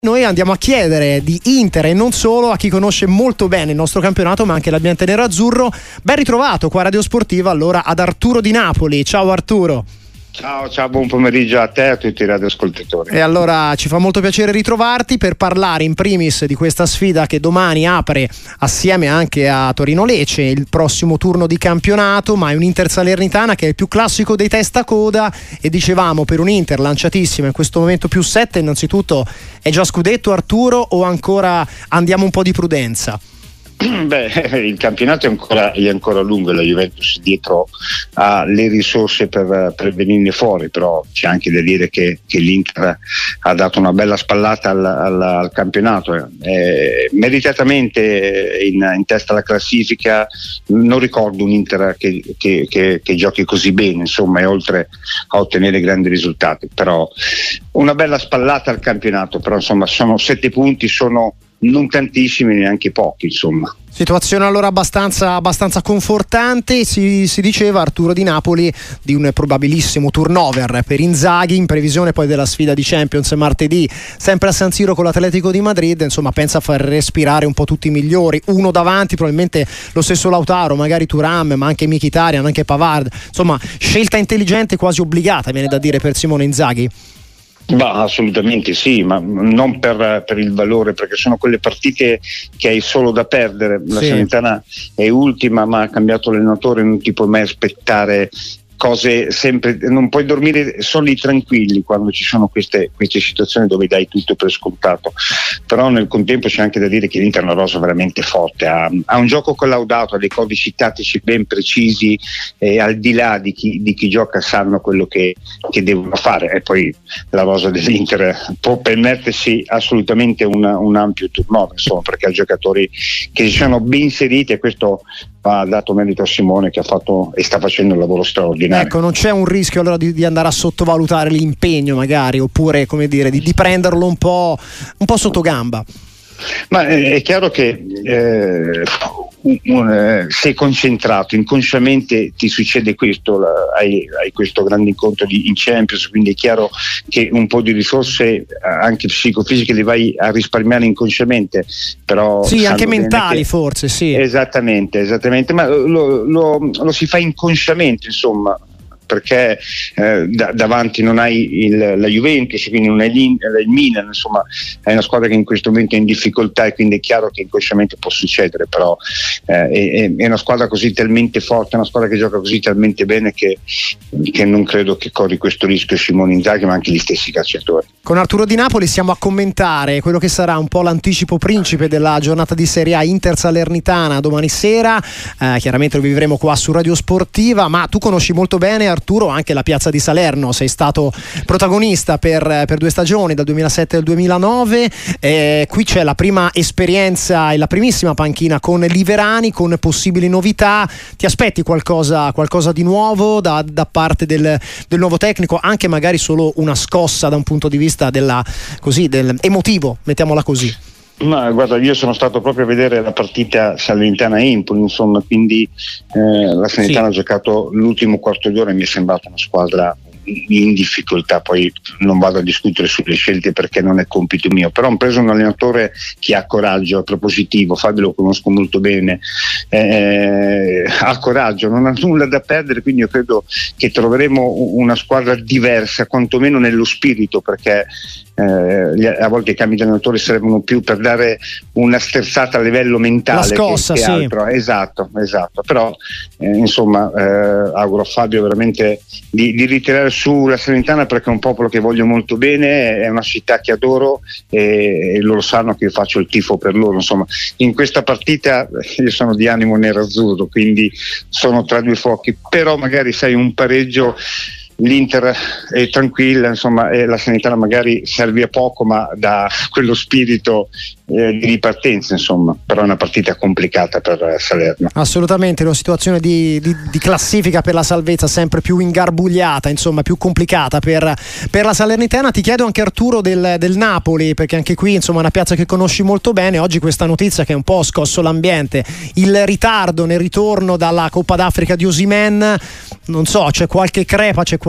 Noi andiamo a chiedere di Inter e non solo a chi conosce molto bene il nostro campionato, ma anche l'ambiente nerazzurro. Ben ritrovato qua a Radio Sportiva, allora, ad Arturo di Napoli. Ciao Arturo. Ciao, buon pomeriggio a te e a tutti i radioascoltatori. E allora ci fa molto piacere ritrovarti per parlare in primis di questa sfida che domani apre assieme anche a Torino-Lecce il prossimo turno di campionato, ma è un Inter Salernitana che è il più classico dei testacoda e dicevamo per un Inter lanciatissima in questo momento più 7, innanzitutto è già scudetto Arturo o ancora andiamo un po' di prudenza? Beh, il campionato è ancora lungo e la Juventus dietro ha le risorse per venirne fuori, però c'è anche da dire che l'Inter ha dato una bella spallata al campionato, meritatamente in testa alla classifica. Non ricordo un Inter che giochi così bene, insomma, e oltre a ottenere grandi risultati, però una bella spallata al campionato, però insomma sono 7 punti, sono non tantissimi, neanche pochi, insomma. Situazione allora abbastanza confortante. Si diceva, Arturo di Napoli, di un probabilissimo turnover per Inzaghi in previsione poi della sfida di Champions martedì sempre a San Siro con l'Atletico di Madrid. Insomma, pensa a far respirare un po' tutti i migliori, uno davanti probabilmente lo stesso Lautaro, magari Thuram, ma anche Mkhitaryan, anche Pavard. Insomma, scelta intelligente, quasi obbligata, viene da dire, per Simone Inzaghi. Bah, assolutamente sì, ma non per il valore, perché sono quelle partite che hai solo da perdere. La Salernitana è ultima, ma ha cambiato allenatore, non ti puoi mai aspettare cose sempre, non puoi dormire soli tranquilli quando ci sono queste situazioni dove dai tutto per scontato. Però nel contempo c'è anche da dire che l'Inter è una rosa veramente forte, ha un gioco collaudato, ha dei codici tattici ben precisi, e al di là di chi gioca sanno quello che devono fare, e poi la rosa dell'Inter può permettersi assolutamente un ampio turnover, insomma, perché ha giocatori che si sono ben inseriti, e questo ha dato merito a Simone, che ha fatto e sta facendo un lavoro straordinario. Ecco, non c'è un rischio allora di andare a sottovalutare l'impegno magari, oppure come dire di prenderlo un po' sotto gamba? Ma è chiaro che sei concentrato, inconsciamente ti succede questo, hai questo grande incontro in Champions, quindi è chiaro che un po' di risorse anche psicofisiche le vai a risparmiare inconsciamente, però sì, anche mentali forse, sì. Esattamente, ma lo si fa inconsciamente, insomma, perché davanti non hai la Juventus, quindi non hai il Milan, insomma è una squadra che in questo momento è in difficoltà, e quindi è chiaro che inconsciamente può succedere, però è una squadra così talmente forte, è una squadra che gioca così talmente bene che non credo che corri questo rischio Simone Inzaghi, ma anche gli stessi calciatori. Con Arturo di Napoli siamo a commentare quello che sarà un po' l'anticipo principe della giornata di Serie A Inter Salernitana domani sera, chiaramente lo vivremo qua su Radio Sportiva, ma tu conosci molto bene, Arturo, anche la piazza di Salerno, sei stato protagonista per 2 stagioni, dal 2007 al 2009, qui c'è la prima esperienza e la primissima panchina con Liverani, con possibili novità. Ti aspetti qualcosa di nuovo da parte del nuovo tecnico, anche magari solo una scossa da un punto di vista del emotivo, mettiamola così? Ma guarda, io sono stato proprio a vedere la partita Salernitana-Empoli, insomma, quindi la Salernitana ha giocato l'ultimo quarto d'ora e mi è sembrata una squadra in difficoltà. Poi non vado a discutere sulle scelte perché non è compito mio, però ho preso un allenatore che ha coraggio, è propositivo. Fabio lo conosco molto bene, ha coraggio, non ha nulla da perdere, quindi io credo che troveremo una squadra diversa, quantomeno nello spirito, perché a volte i cambi di allenatore servono più per dare una sterzata a livello mentale, la scossa, che altro. Esatto, però insomma auguro a Fabio veramente di ritirare su la Salernitana, perché è un popolo che voglio molto bene, è una città che adoro, e loro sanno che io faccio il tifo per loro. Insomma, in questa partita io sono di animo nerazzurro, quindi sono tra 2 fuochi, però magari sai, un pareggio, l'Inter è tranquilla, insomma, e la Salernitana magari serve a poco, ma da quello spirito di ripartenza, insomma. Però è una partita complicata per Salerno. Assolutamente, una situazione di classifica per la salvezza sempre più ingarbugliata, insomma più complicata per la Salernitana. Ti chiedo anche, Arturo, del Napoli, perché anche qui insomma è una piazza che conosci molto bene. Oggi questa notizia che ha un po' scosso l'ambiente, il ritardo nel ritorno dalla Coppa d'Africa di Osimhen, non so, c'è qualche crepa, c'è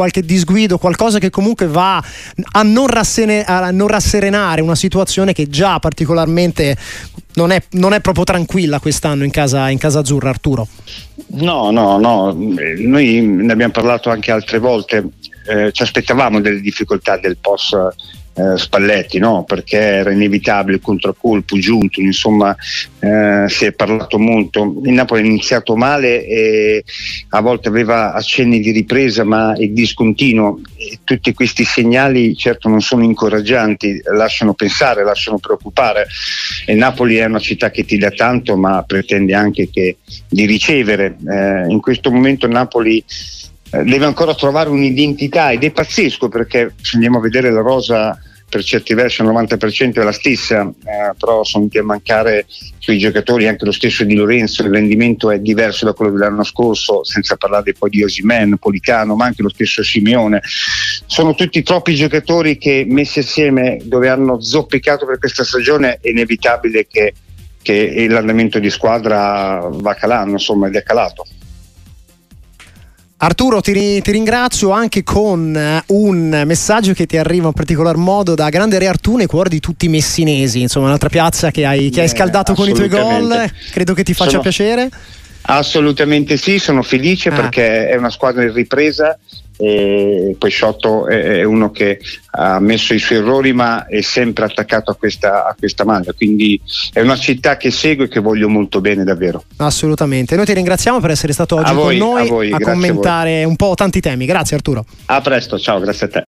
qualche disguido, qualcosa che comunque va a non rasserenare una situazione che già particolarmente non è proprio tranquilla quest'anno in casa azzurra, Arturo? No, noi ne abbiamo parlato anche altre volte, ci aspettavamo delle difficoltà del post Spalletti, no? Perché era inevitabile il contraccolpo giunto, insomma si è parlato molto. Il Napoli è iniziato male e a volte aveva accenni di ripresa, ma è discontinuo, e tutti questi segnali certo non sono incoraggianti, lasciano pensare, lasciano preoccupare. E Napoli è una città che ti dà tanto, ma pretende anche di ricevere. In questo momento Napoli deve ancora trovare un'identità, ed è pazzesco, perché se andiamo a vedere la rosa per certi versi al 90% è la stessa, però sono venuti a mancare sui giocatori, anche lo stesso Di Lorenzo, il rendimento è diverso da quello dell'anno scorso, senza parlare poi di Osimhen, Politano, ma anche lo stesso Simeone. Sono tutti troppi giocatori che messi assieme, dove hanno zoppicato per questa stagione, è inevitabile che l'andamento di squadra va calando, insomma, ed è calato. Arturo, ti ringrazio anche con un messaggio che ti arriva in particolar modo da Grande Re Artù, cuore di tutti i messinesi, insomma un'altra piazza che hai scaldato con i tuoi gol, credo che ti faccia piacere. Assolutamente sì, sono felice perché è una squadra in ripresa, e poi Sciotto è uno che ha messo i suoi errori, ma è sempre attaccato a questa maglia, quindi è una città che seguo e che voglio molto bene, davvero. Assolutamente, noi ti ringraziamo per essere stato oggi con noi a commentare un po' tanti temi. Grazie Arturo. A presto, ciao, grazie a te.